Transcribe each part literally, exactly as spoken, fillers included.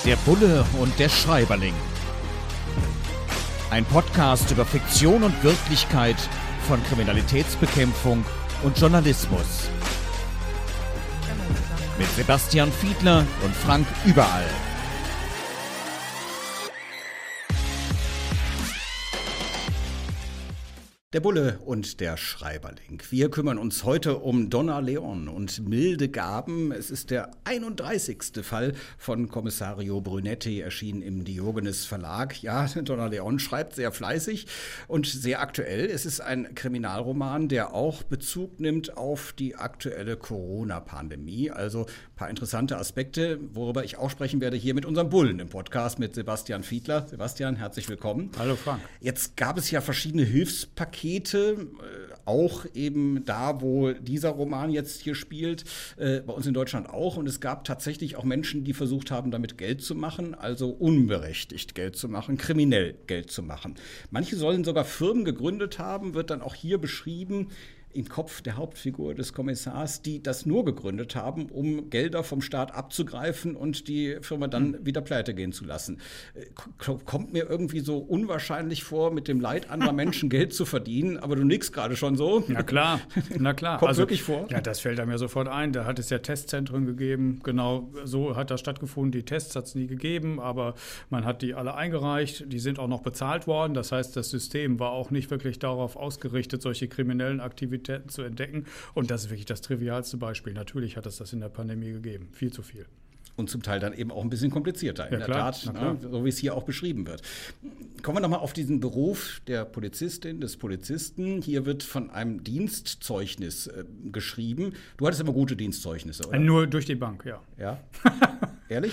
Der Bulle und der Schreiberling. Ein Podcast über Fiktion und Wirklichkeit von Kriminalitätsbekämpfung und Journalismus. Mit Sebastian Fiedler und Frank Überall. Der Bulle und der Schreiberling. Wir kümmern uns heute um Donna Leon und milde Gaben. Es ist der einunddreißigste Fall von Kommissario Brunetti, erschienen im Diogenes Verlag. Ja, Donna Leon schreibt sehr fleißig und sehr aktuell. Es ist ein Kriminalroman, der auch Bezug nimmt auf die aktuelle Corona-Pandemie. Also ein paar interessante Aspekte, worüber ich auch sprechen werde hier mit unserem Bullen im Podcast mit Sebastian Fiedler. Sebastian, herzlich willkommen. Hallo Frank. Jetzt gab es ja verschiedene Hilfspakete. Auch eben da, wo dieser Roman jetzt hier spielt, äh, bei uns in Deutschland auch. Und es gab tatsächlich auch Menschen, die versucht haben, damit Geld zu machen, also unberechtigt Geld zu machen, kriminell Geld zu machen. Manche sollen sogar Firmen gegründet haben, wird dann auch hier beschrieben, im Kopf der Hauptfigur des Kommissars, die das nur gegründet haben, um Gelder vom Staat abzugreifen und die Firma dann mhm. wieder pleite gehen zu lassen. Kommt mir irgendwie so unwahrscheinlich vor, mit dem Leid anderer Menschen Geld zu verdienen, aber du nickst gerade schon so. Na klar, na klar. Kommt also, wirklich vor? Ja, das fällt einem ja sofort ein. Da hat es ja Testzentren gegeben, genau so hat das stattgefunden. Die Tests hat es nie gegeben, aber man hat die alle eingereicht. Die sind auch noch bezahlt worden. Das heißt, das System war auch nicht wirklich darauf ausgerichtet, solche kriminellen Aktivitäten zu entdecken. Und das ist wirklich das trivialste Beispiel. Natürlich hat es das in der Pandemie gegeben. Viel zu viel. Und zum Teil dann eben auch ein bisschen komplizierter, in ja, der klar, Tat, ne, so wie es hier auch beschrieben wird. Kommen wir nochmal auf diesen Beruf der Polizistin, des Polizisten. Hier wird von einem Dienstzeugnis äh, geschrieben. Du hattest immer gute Dienstzeugnisse, oder? Nur durch die Bank, ja. Ja? Ehrlich?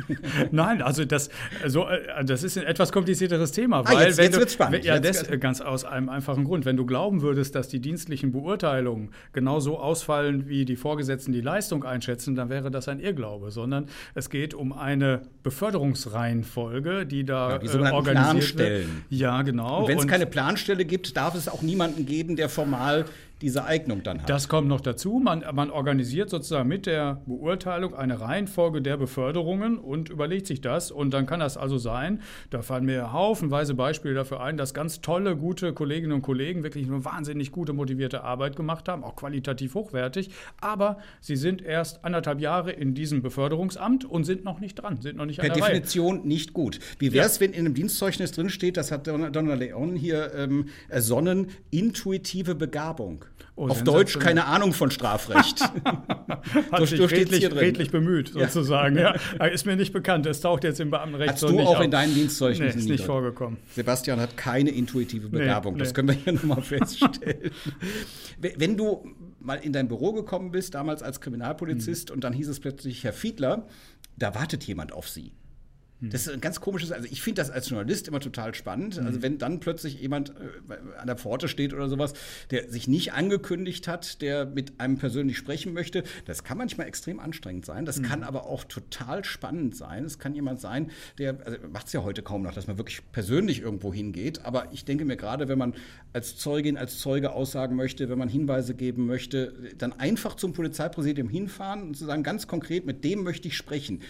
Nein, also das, so, das ist ein etwas komplizierteres Thema. Weil, ah, jetzt, wenn jetzt du, wird's spannend. Ja, jetzt, das ganz aus einem einfachen Grund. Wenn du glauben würdest, dass die dienstlichen Beurteilungen genauso ausfallen, wie die Vorgesetzten die Leistung einschätzen, dann wäre das ein Irrglaube. Sondern es geht um eine Beförderungsreihenfolge, die da ja, die äh, sogenannten organisiert Planstellen. wird. Ja, genau. Und wenn es keine Planstelle gibt, darf es auch niemanden geben, der formal diese Eignung dann hat. Das kommt noch dazu. Man, man organisiert sozusagen mit der Beurteilung eine Reihenfolge der Beförderungen und überlegt sich das. Und dann kann das also sein, da fallen mir haufenweise Beispiele dafür ein, dass ganz tolle, gute Kolleginnen und Kollegen wirklich eine wahnsinnig gute, motivierte Arbeit gemacht haben, auch qualitativ hochwertig. Aber sie sind erst anderthalb Jahre in diesem Beförderungsamt und sind noch nicht dran, sind noch nicht per an der Definition Reihe. Nicht gut. Wie wäre es, ja. wenn in einem Dienstzeugnis drin steht, das hat Donna Leon hier ähm, ersonnen, intuitive Begabung? Oh, auf Deutsch keine Ahnung von Strafrecht. Hat so, sich so redlich, redlich bemüht, sozusagen. Ja. Ja. Ist mir nicht bekannt. Das taucht jetzt im Beamtenrecht Hast so du nicht auch auf. In deinen Dienstzeugnissen nee, ist nicht vorgekommen. Sebastian hat keine intuitive Begabung. Nee, das nee. können wir hier nochmal feststellen. Wenn du mal in dein Büro gekommen bist, damals als Kriminalpolizist, hm. und dann hieß es plötzlich, Herr Fiedler, da wartet jemand auf Sie. Das ist ein ganz komisches, also ich finde das als Journalist immer total spannend. Mhm. Also wenn dann plötzlich jemand äh, an der Pforte steht oder sowas, der sich nicht angekündigt hat, der mit einem persönlich sprechen möchte, das kann manchmal extrem anstrengend sein. Das mhm. kann aber auch total spannend sein. Es kann jemand sein, der, also macht es ja heute kaum noch, dass man wirklich persönlich irgendwo hingeht. Aber ich denke mir gerade, wenn man als Zeugin, als Zeuge aussagen möchte, wenn man Hinweise geben möchte, dann einfach zum Polizeipräsidium hinfahren und zu sagen, ganz konkret, mit dem möchte ich sprechen.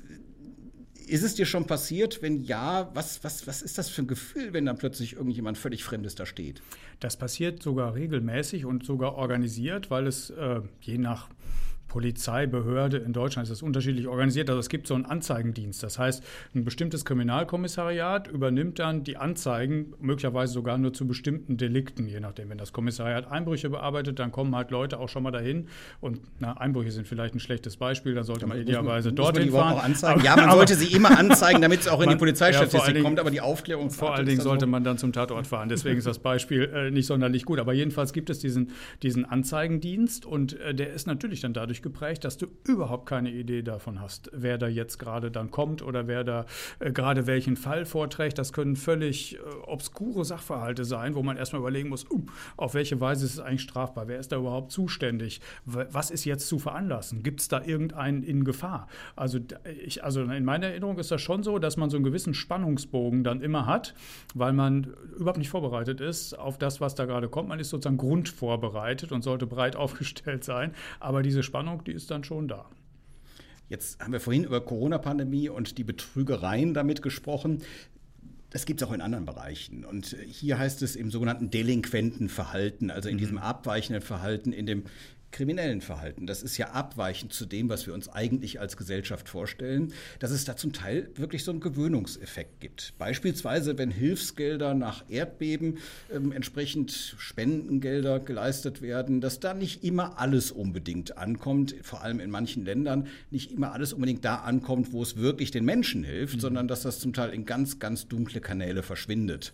Ist es dir schon passiert? Wenn ja, was, was, was ist das für ein Gefühl, wenn dann plötzlich irgendjemand völlig Fremdes da steht? Das passiert sogar regelmäßig und sogar organisiert, weil es äh, je nach Polizeibehörde in Deutschland ist das unterschiedlich organisiert. Also es gibt so einen Anzeigendienst. Das heißt, ein bestimmtes Kriminalkommissariat übernimmt dann die Anzeigen, möglicherweise sogar nur zu bestimmten Delikten, je nachdem. Wenn das Kommissariat Einbrüche bearbeitet, dann kommen halt Leute auch schon mal dahin. Und na, Einbrüche sind vielleicht ein schlechtes Beispiel, da sollte man idealerweise dorthin fahren. Auch anzeigen? Ja, man sollte sie immer anzeigen, damit es auch in man, die Polizeistatistik ja, kommt, aber die Aufklärung... Vor allen Dingen sollte man dann zum Tatort fahren. Deswegen ist das Beispiel äh, nicht sonderlich gut. Aber jedenfalls gibt es diesen, diesen Anzeigendienst und äh, der ist natürlich dann dadurch geprägt, dass du überhaupt keine Idee davon hast, wer da jetzt gerade dann kommt oder wer da äh, gerade welchen Fall vorträgt. Das können völlig äh, obskure Sachverhalte sein, wo man erstmal überlegen muss, uh, auf welche Weise ist es eigentlich strafbar? Wer ist da überhaupt zuständig? W- was ist jetzt zu veranlassen? Gibt es da irgendeinen in Gefahr? Also, ich, also in meiner Erinnerung ist das schon so, dass man so einen gewissen Spannungsbogen dann immer hat, weil man überhaupt nicht vorbereitet ist auf das, was da gerade kommt. Man ist sozusagen grundvorbereitet und sollte breit aufgestellt sein. Aber diese Spannung, die ist dann schon da. Jetzt haben wir vorhin über Corona-Pandemie und die Betrügereien damit gesprochen. Das gibt es auch in anderen Bereichen. Und hier heißt es im sogenannten delinquenten Verhalten, also in diesem abweichenden Verhalten, in dem kriminellen Verhalten. Das ist ja abweichend zu dem, was wir uns eigentlich als Gesellschaft vorstellen, dass es da zum Teil wirklich so einen Gewöhnungseffekt gibt. Beispielsweise, wenn Hilfsgelder nach Erdbeben ähm, entsprechend Spendengelder geleistet werden, dass da nicht immer alles unbedingt ankommt, vor allem in manchen Ländern nicht immer alles unbedingt da ankommt, wo es wirklich den Menschen hilft, mhm. sondern dass das zum Teil in ganz, ganz dunkle Kanäle verschwindet.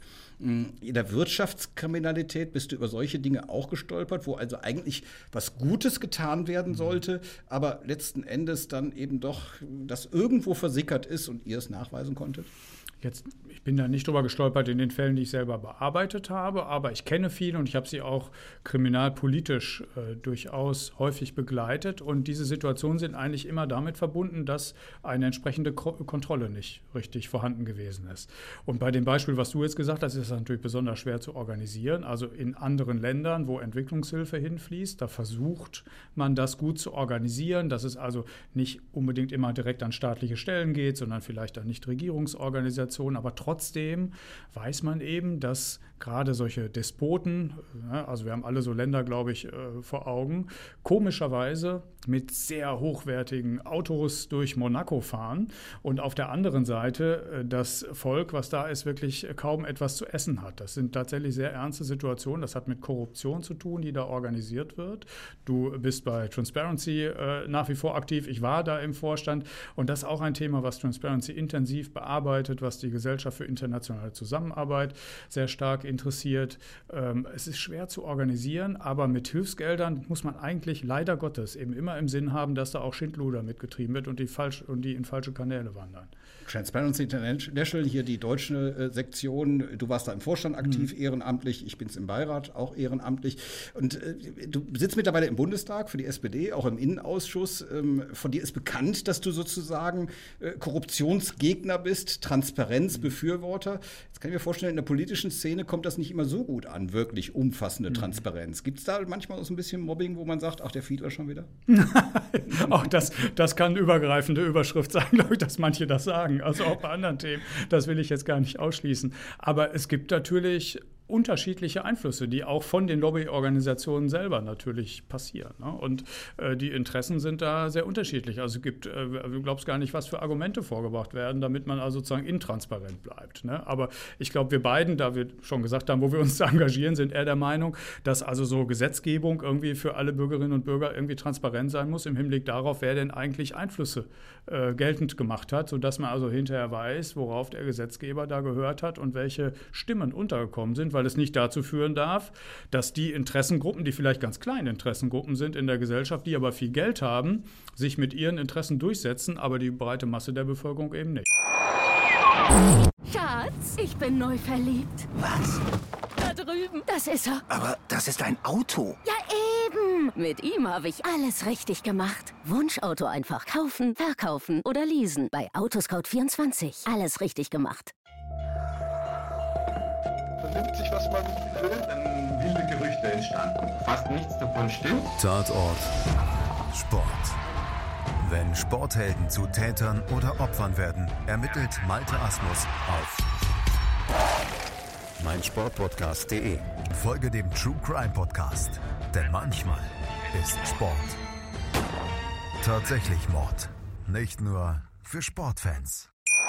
In der Wirtschaftskriminalität bist du über solche Dinge auch gestolpert, wo also eigentlich was Gutes getan werden sollte, aber letzten Endes dann eben doch das irgendwo versickert ist und ihr es nachweisen konntet? Jetzt, ich bin da nicht drüber gestolpert in den Fällen, die ich selber bearbeitet habe, aber ich kenne viele und ich habe sie auch kriminalpolitisch äh, durchaus häufig begleitet. Und diese Situationen sind eigentlich immer damit verbunden, dass eine entsprechende Ko- Kontrolle nicht richtig vorhanden gewesen ist. Und bei dem Beispiel, was du jetzt gesagt hast, ist das natürlich besonders schwer zu organisieren. Also in anderen Ländern, wo Entwicklungshilfe hinfließt, da versucht man das gut zu organisieren, dass es also nicht unbedingt immer direkt an staatliche Stellen geht, sondern vielleicht an Nichtregierungsorganisationen. Aber trotzdem weiß man eben, dass gerade solche Despoten, also wir haben alle so Länder, glaube ich, vor Augen, komischerweise mit sehr hochwertigen Autos durch Monaco fahren und auf der anderen Seite das Volk, was da ist, wirklich kaum etwas zu essen hat. Das sind tatsächlich sehr ernste Situationen. Das hat mit Korruption zu tun, die da organisiert wird. Du bist bei Transparency äh, nach wie vor aktiv. Ich war da im Vorstand und das ist auch ein Thema, was Transparency intensiv bearbeitet, was die Gesellschaft für internationale Zusammenarbeit sehr stark interessiert. Ähm, es ist schwer zu organisieren, aber mit Hilfsgeldern muss man eigentlich leider Gottes eben immer im Sinn haben, dass da auch Schindluder mitgetrieben wird und die, falsch, und die in falsche Kanäle wandern. Transparency International, hier die deutsche äh, Sektion. Du warst da im Vorstand aktiv, mhm. ehrenamtlich. Ich bin es im Beirat, auch ehrenamtlich. Und äh, du sitzt mittlerweile im Bundestag für die S P D, auch im Innenausschuss. Ähm, von dir ist bekannt, dass du sozusagen äh, Korruptionsgegner bist, Transparenzbefürworter. Jetzt kann ich mir vorstellen, in der politischen Szene kommt das nicht immer so gut an, wirklich umfassende mhm. Transparenz. Gibt es da manchmal auch so ein bisschen Mobbing, wo man sagt, ach, der Fiedler schon wieder? Auch das, das kann eine übergreifende Überschrift sein, glaube ich, dass manche das sagen. Also auch bei anderen Themen. Das will ich jetzt gar nicht ausschließen. Aber es gibt natürlich unterschiedliche Einflüsse, die auch von den Lobbyorganisationen selber natürlich passieren. Ne? Und äh, die Interessen sind da sehr unterschiedlich. Also es gibt, äh, du glaubst gar nicht, was für Argumente vorgebracht werden, damit man also sozusagen intransparent bleibt. Ne? Aber ich glaube, wir beiden, da wir schon gesagt haben, wo wir uns engagieren, sind eher der Meinung, dass also so Gesetzgebung irgendwie für alle Bürgerinnen und Bürger irgendwie transparent sein muss im Hinblick darauf, wer denn eigentlich Einflüsse äh, geltend gemacht hat, sodass man also hinterher weiß, worauf der Gesetzgeber da gehört hat und welche Stimmen untergekommen sind, weil es nicht dazu führen darf, dass die Interessengruppen, die vielleicht ganz kleine Interessengruppen sind in der Gesellschaft, die aber viel Geld haben, sich mit ihren Interessen durchsetzen, aber die breite Masse der Bevölkerung eben nicht. Schatz, ich bin neu verliebt. Was? Da drüben. Das ist er. Aber das ist ein Auto. Ja, eben. Mit ihm habe ich alles richtig gemacht. Wunschauto einfach kaufen, verkaufen oder leasen. Bei Autoscout vierundzwanzig. Alles richtig gemacht. Nimmt sich, was man will, dann wilde Gerüchte entstanden. Fast nichts davon stimmt. Tatort Sport. Wenn Sporthelden zu Tätern oder Opfern werden, ermittelt Malte Asmus auf meinsportpodcast punkt de. Folge dem True Crime Podcast, denn manchmal ist Sport tatsächlich Mord. Nicht nur für Sportfans.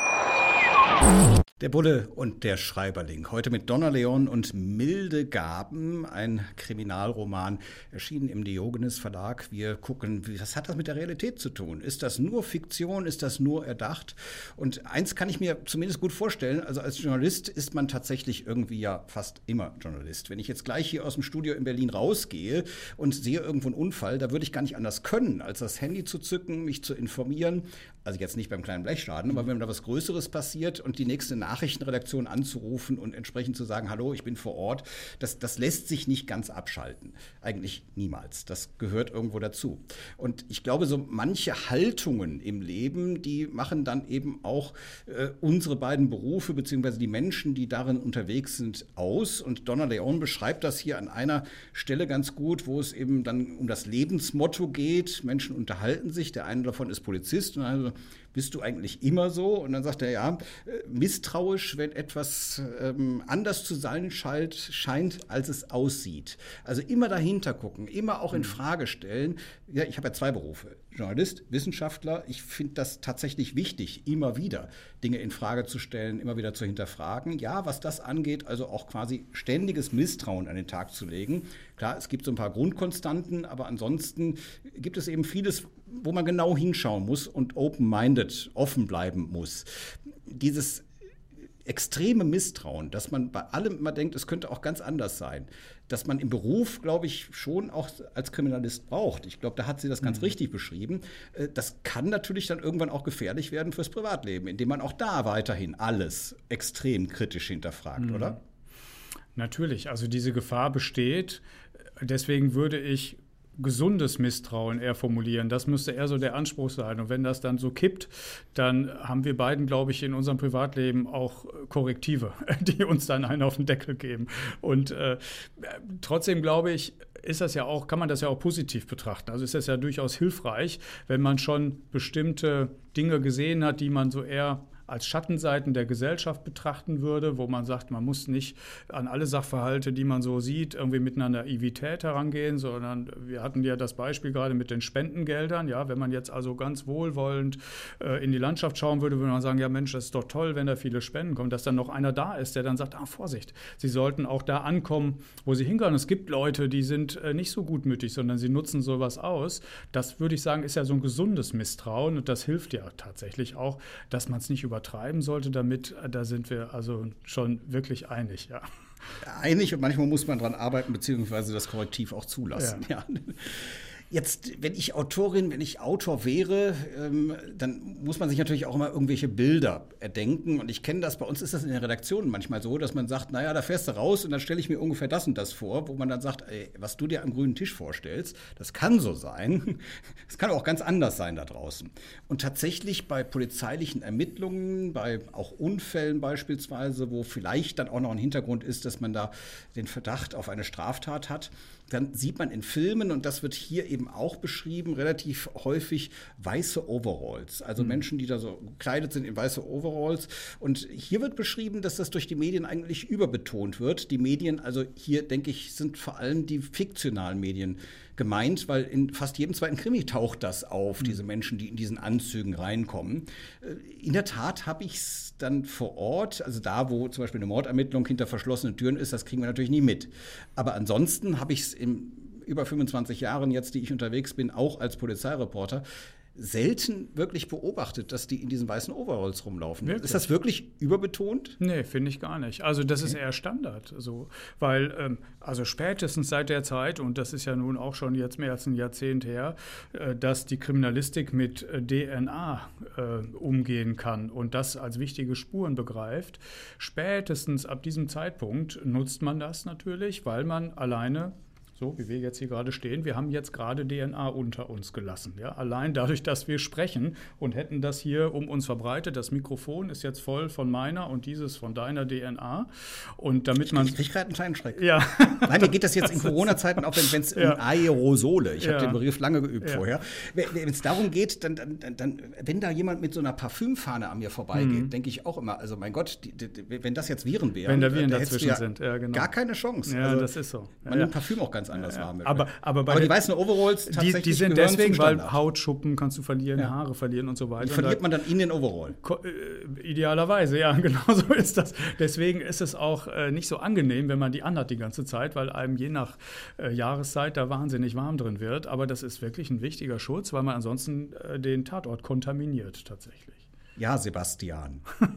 Der Bulle und der Schreiberling. Heute mit Donna Leon und Milde Gaben, ein Kriminalroman, erschienen im Diogenes Verlag. Wir gucken, was hat das mit der Realität zu tun? Ist das nur Fiktion? Ist das nur erdacht? Und eins kann ich mir zumindest gut vorstellen, also als Journalist ist man tatsächlich irgendwie ja fast immer Journalist. Wenn ich jetzt gleich hier aus dem Studio in Berlin rausgehe und sehe irgendwo einen Unfall, da würde ich gar nicht anders können, als das Handy zu zücken, mich zu informieren. Also jetzt nicht beim kleinen Blechschaden, aber wenn da was Größeres passiert, passiert und die nächste Nachrichtenredaktion anzurufen und entsprechend zu sagen, hallo, ich bin vor Ort, das, das lässt sich nicht ganz abschalten. Eigentlich niemals. Das gehört irgendwo dazu. Und ich glaube, so manche Haltungen im Leben, die machen dann eben auch äh, unsere beiden Berufe beziehungsweise die Menschen, die darin unterwegs sind, aus. Und Donna Leon beschreibt das hier an einer Stelle ganz gut, wo es eben dann um das Lebensmotto geht. Menschen unterhalten sich, der eine davon ist Polizist und also bist du eigentlich immer so? Und dann sagt er, ja, misstrauisch, wenn etwas ähm, anders zu sein scheint, scheint, als es aussieht. Also immer dahinter gucken, immer auch in Frage stellen. Ja, ich habe ja zwei Berufe, Journalist, Wissenschaftler. Ich finde das tatsächlich wichtig, immer wieder Dinge in Frage zu stellen, immer wieder zu hinterfragen. Ja, was das angeht, also auch quasi ständiges Misstrauen an den Tag zu legen. Klar, es gibt so ein paar Grundkonstanten, aber ansonsten gibt es eben vieles, wo man genau hinschauen muss und open-minded, offen bleiben muss. Dieses extreme Misstrauen, dass man bei allem immer denkt, es könnte auch ganz anders sein, dass man im Beruf, glaube ich, schon auch als Kriminalist braucht. Ich glaube, da hat sie das ganz mhm. richtig beschrieben. Das kann natürlich dann irgendwann auch gefährlich werden fürs Privatleben, indem man auch da weiterhin alles extrem kritisch hinterfragt, mhm. oder? Natürlich, also diese Gefahr besteht. Deswegen würde ich gesundes Misstrauen eher formulieren. Das müsste eher so der Anspruch sein. Und wenn das dann so kippt, dann haben wir beiden, glaube ich, in unserem Privatleben auch Korrektive, die uns dann einen auf den Deckel geben. Und äh, trotzdem, glaube ich, ist das ja auch, kann man das ja auch positiv betrachten. Also ist das ja durchaus hilfreich, wenn man schon bestimmte Dinge gesehen hat, die man so eher als Schattenseiten der Gesellschaft betrachten würde, wo man sagt, man muss nicht an alle Sachverhalte, die man so sieht, irgendwie mit einer Naivität herangehen, sondern wir hatten ja das Beispiel gerade mit den Spendengeldern. Ja, wenn man jetzt also ganz wohlwollend äh, in die Landschaft schauen würde, würde man sagen, ja Mensch, das ist doch toll, wenn da viele Spenden kommen, dass dann noch einer da ist, der dann sagt, ah, Vorsicht, Sie sollten auch da ankommen, wo Sie hingehören. Es gibt Leute, die sind äh, nicht so gutmütig, sondern sie nutzen sowas aus. Das würde ich sagen, ist ja so ein gesundes Misstrauen und das hilft ja tatsächlich auch, dass man es nicht übertreiben sollte damit, da sind wir also schon wirklich einig, ja. Einig und manchmal muss man dran arbeiten, beziehungsweise das Korrektiv auch zulassen, ja. ja. Jetzt, wenn ich Autorin, wenn ich Autor wäre, ähm, dann muss man sich natürlich auch immer irgendwelche Bilder erdenken. Und ich kenne das, bei uns ist das in den Redaktionen manchmal so, dass man sagt, naja, da fährst du raus und dann stelle ich mir ungefähr das und das vor, wo man dann sagt, ey, was du dir am grünen Tisch vorstellst, das kann so sein. Es kann auch ganz anders sein da draußen. Und tatsächlich bei polizeilichen Ermittlungen, bei auch Unfällen beispielsweise, wo vielleicht dann auch noch ein Hintergrund ist, dass man da den Verdacht auf eine Straftat hat, dann sieht man in Filmen, und das wird hier eben auch beschrieben, relativ häufig weiße Overalls. Also mhm. Menschen, die da so gekleidet sind in weiße Overalls. Und hier wird beschrieben, dass das durch die Medien eigentlich überbetont wird. Die Medien, also hier denke ich, sind vor allem die fiktionalen Medien gemeint, weil in fast jedem zweiten Krimi taucht das auf, mhm. diese Menschen, die in diesen Anzügen reinkommen. In der Tat habe ich es dann vor Ort, also da, wo zum Beispiel eine Mordermittlung hinter verschlossenen Türen ist, das kriegen wir natürlich nie mit. Aber ansonsten habe ich es in über fünfundzwanzig Jahren jetzt, die ich unterwegs bin, auch als Polizeireporter, selten wirklich beobachtet, dass die in diesen weißen Overalls rumlaufen. Wirklich? Ist das wirklich überbetont? Nee, finde ich gar nicht. Also das okay. ist eher Standard. So, weil ähm, also spätestens seit der Zeit, und das ist ja nun auch schon jetzt mehr als ein Jahrzehnt her, äh, dass die Kriminalistik mit äh, D N A äh, umgehen kann und das als wichtige Spuren begreift, spätestens ab diesem Zeitpunkt nutzt man das natürlich, weil man alleine, so wie wir jetzt hier gerade stehen, wir haben jetzt gerade D N A unter uns gelassen. Ja? Allein dadurch, dass wir sprechen und hätten das hier um uns verbreitet, das Mikrofon ist jetzt voll von meiner und dieses von deiner D N A. Und damit man ich kriege gerade einen kleinen Schreck. Ja. Nein, mir geht das jetzt in Corona-Zeiten auch, wenn es ja. um Aerosole, ich ja. habe den Begriff lange geübt ja. vorher, wenn es darum geht, dann, dann, dann, wenn da jemand mit so einer Parfümfahne an mir vorbeigeht, mhm. denke ich auch immer, also mein Gott, die, die, wenn das jetzt Viren wären, wenn da Viren da dazwischen ja sind, ja, genau. gar keine Chance. Ja, also, das ist so. Man nimmt Parfüm auch ganz anders ja, warm. Aber, aber, bei aber die weißen Overalls tatsächlich die, die sind gehören deswegen, zum Standard. Weil Hautschuppen kannst du verlieren, ja. Haare verlieren und so weiter. Die verliert man dann in den Overall. Äh, idealerweise, ja, genau so ist das. Deswegen ist es auch äh, nicht so angenehm, wenn man die anhat die ganze Zeit, weil einem je nach äh, Jahreszeit da wahnsinnig warm drin wird. Aber das ist wirklich ein wichtiger Schutz, weil man ansonsten äh, den Tatort kontaminiert tatsächlich. Ja, Sebastian.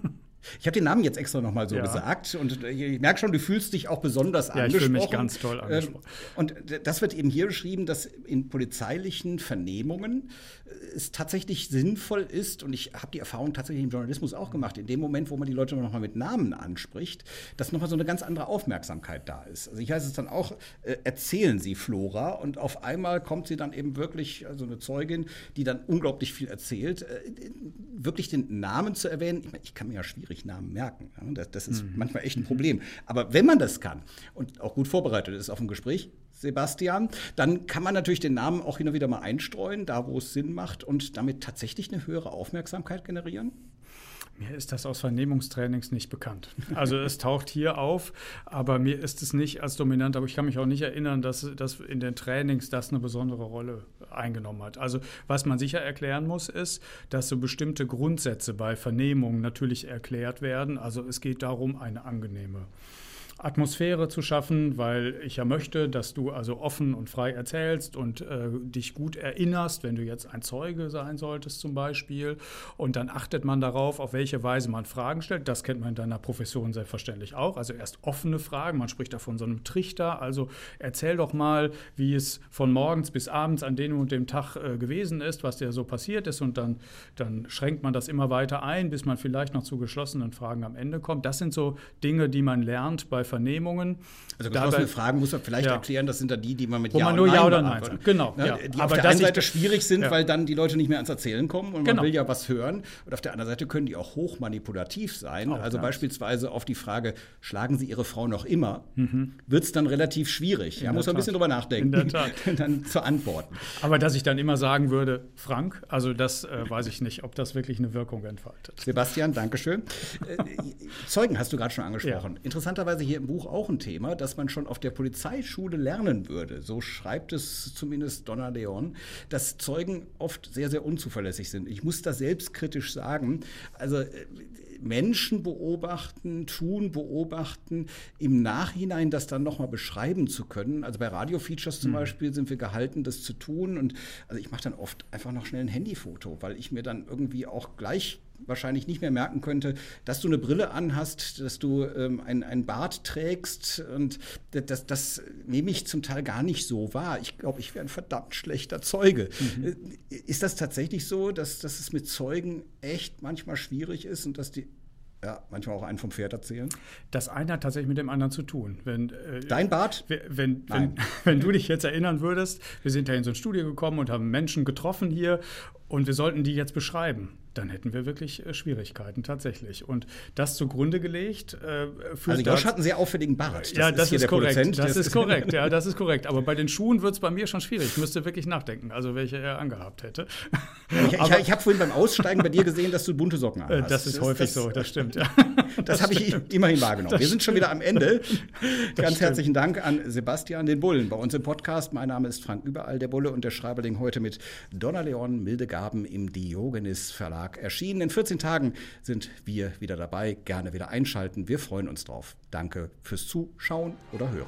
Ich habe den Namen jetzt extra nochmal so ja. gesagt und ich merke schon, du fühlst dich auch besonders ja, angesprochen. Ich fühle mich ganz toll angesprochen. Und das wird eben hier beschrieben, dass in polizeilichen Vernehmungen es tatsächlich sinnvoll ist, und ich habe die Erfahrung tatsächlich im Journalismus auch gemacht, in dem Moment, wo man die Leute nochmal mit Namen anspricht, dass nochmal so eine ganz andere Aufmerksamkeit da ist. Also ich heiße es dann auch, äh, erzählen Sie Flora, und auf einmal kommt sie dann eben wirklich, also eine Zeugin, die dann unglaublich viel erzählt, äh, wirklich den Namen zu erwähnen. Ich meine, ich kann mir ja schwierig Namen merken. Ja? Das, das ist mhm. manchmal echt ein Problem. Aber wenn man das kann und auch gut vorbereitet ist auf ein Gespräch, Sebastian, dann kann man natürlich den Namen auch hin und wieder mal einstreuen, da wo es Sinn macht, und damit tatsächlich eine höhere Aufmerksamkeit generieren? Mir ist das aus Vernehmungstrainings nicht bekannt. Also es taucht hier auf, aber mir ist es nicht als dominant. Aber ich kann mich auch nicht erinnern, dass, dass in den Trainings das eine besondere Rolle eingenommen hat. Also was man sicher erklären muss, ist, dass so bestimmte Grundsätze bei Vernehmungen natürlich erklärt werden. Also es geht darum, eine angenehme Atmosphäre zu schaffen, weil ich ja möchte, dass du also offen und frei erzählst und äh, dich gut erinnerst, wenn du jetzt ein Zeuge sein solltest zum Beispiel. Und dann achtet man darauf, auf welche Weise man Fragen stellt. Das kennt man in deiner Profession selbstverständlich auch. Also erst offene Fragen, man spricht da von so einem Trichter. Also erzähl doch mal, wie es von morgens bis abends an dem und dem Tag äh, gewesen ist, was dir so passiert ist. Und dann, dann schränkt man das immer weiter ein, bis man vielleicht noch zu geschlossenen Fragen am Ende kommt. Das sind so Dinge, die man lernt bei Vernehmungen. Also geschlossene Dabei, Fragen muss man vielleicht ja. erklären, das sind dann die, die man mit Wo Ja man und nur Nein Ja oder Nein sagt. Genau. Ne? Ja. Die Aber auf der einen Seite schwierig sind, ja. weil dann die Leute nicht mehr ans Erzählen kommen und genau. man will ja was hören. Und auf der anderen Seite können die auch hochmanipulativ sein. Auch also beispielsweise auf die Frage, schlagen Sie Ihre Frau noch immer, mhm. wird es dann relativ schwierig. Ja, muss man ein bisschen drüber nachdenken. In der Tat. dann zu antworten. Aber dass ich dann immer sagen würde, Frank, also das äh, weiß ich nicht, ob das wirklich eine Wirkung entfaltet. Sebastian, danke schön. äh, Zeugen hast du gerade schon angesprochen. Ja. Interessanterweise hier im Buch auch ein Thema, das man schon auf der Polizeischule lernen würde. So schreibt es zumindest Donna Leon, dass Zeugen oft sehr, sehr unzuverlässig sind. Ich muss das selbstkritisch sagen. Also äh, Menschen beobachten, tun, beobachten, im Nachhinein das dann nochmal beschreiben zu können. Also bei Radio-Features zum mhm. Beispiel sind wir gehalten, das zu tun. Und also ich mache dann oft einfach noch schnell ein Handyfoto, weil ich mir dann irgendwie auch gleich wahrscheinlich nicht mehr merken könnte, dass du eine Brille anhast, dass du ähm, ein, ein Bart trägst, und das, das nehme ich zum Teil gar nicht so wahr. Ich glaube, ich wäre ein verdammt schlechter Zeuge. Mhm. Ist das tatsächlich so, dass, dass es mit Zeugen echt manchmal schwierig ist und dass die ja, manchmal auch einen vom Pferd erzählen? Das eine hat tatsächlich mit dem anderen zu tun. Wenn, äh, Dein Bart? Wenn, wenn, wenn du dich jetzt erinnern würdest, wir sind ja in so ein Studio gekommen und haben Menschen getroffen hier und wir sollten die jetzt beschreiben, dann hätten wir wirklich äh, Schwierigkeiten tatsächlich. Und das zugrunde gelegt äh, Also Josh hat einen sehr auffälligen Bart. Das ja, das ist, ist korrekt. Produzent. Das ist korrekt, ja, das ist korrekt. Aber bei den Schuhen wird es bei mir schon schwierig. Ich müsste wirklich nachdenken, also welche er angehabt hätte. Ich, ich, ich habe vorhin beim Aussteigen bei dir gesehen, dass du bunte Socken anhast. Das ist das, häufig das, so, das stimmt. Ja. Das, das habe ich immerhin wahrgenommen. Das wir sind schon wieder am Ende. Ganz stimmt. Herzlichen Dank an Sebastian, den Bullen, bei uns im Podcast. Mein Name ist Frank Überall, der Bulle, und der Schreiberling, heute mit Donna Leon, Milde Gaben im Diogenes Verlag erschienen. In vierzehn Tagen sind wir wieder dabei. Gerne wieder einschalten. Wir freuen uns drauf. Danke fürs Zuschauen oder Hören.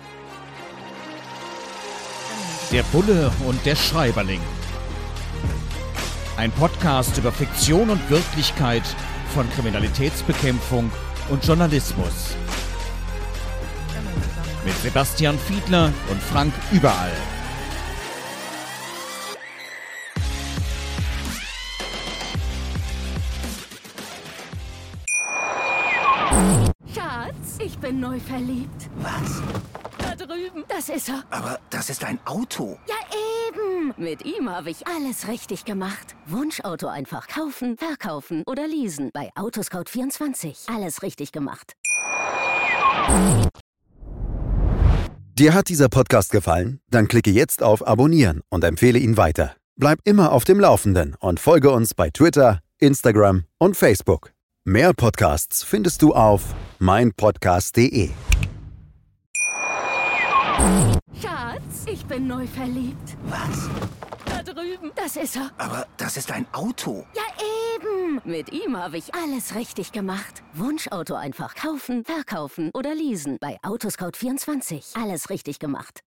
Der Bulle und der Schreiberling. Ein Podcast über Fiktion und Wirklichkeit von Kriminalitätsbekämpfung und Journalismus. Mit Sebastian Fiedler und Frank Überall. Schatz, ich bin neu verliebt. Was? Da drüben. Das ist er. Aber das ist ein Auto. Ja, eben. Mit ihm habe ich alles richtig gemacht. Wunschauto einfach kaufen, verkaufen oder leasen. Bei Autoscout vierundzwanzig. Alles richtig gemacht. Dir hat dieser Podcast gefallen? Dann klicke jetzt auf Abonnieren und empfehle ihn weiter. Bleib immer auf dem Laufenden und folge uns bei Twitter, Instagram und Facebook. Mehr Podcasts findest du auf meinpodcast punkt de. Schatz, ich bin neu verliebt. Was? Da drüben. Das ist er. Aber das ist ein Auto. Ja, eben. Mit ihm habe ich alles richtig gemacht. Wunschauto einfach kaufen, verkaufen oder leasen. Bei Autoscout vierundzwanzig. Alles richtig gemacht.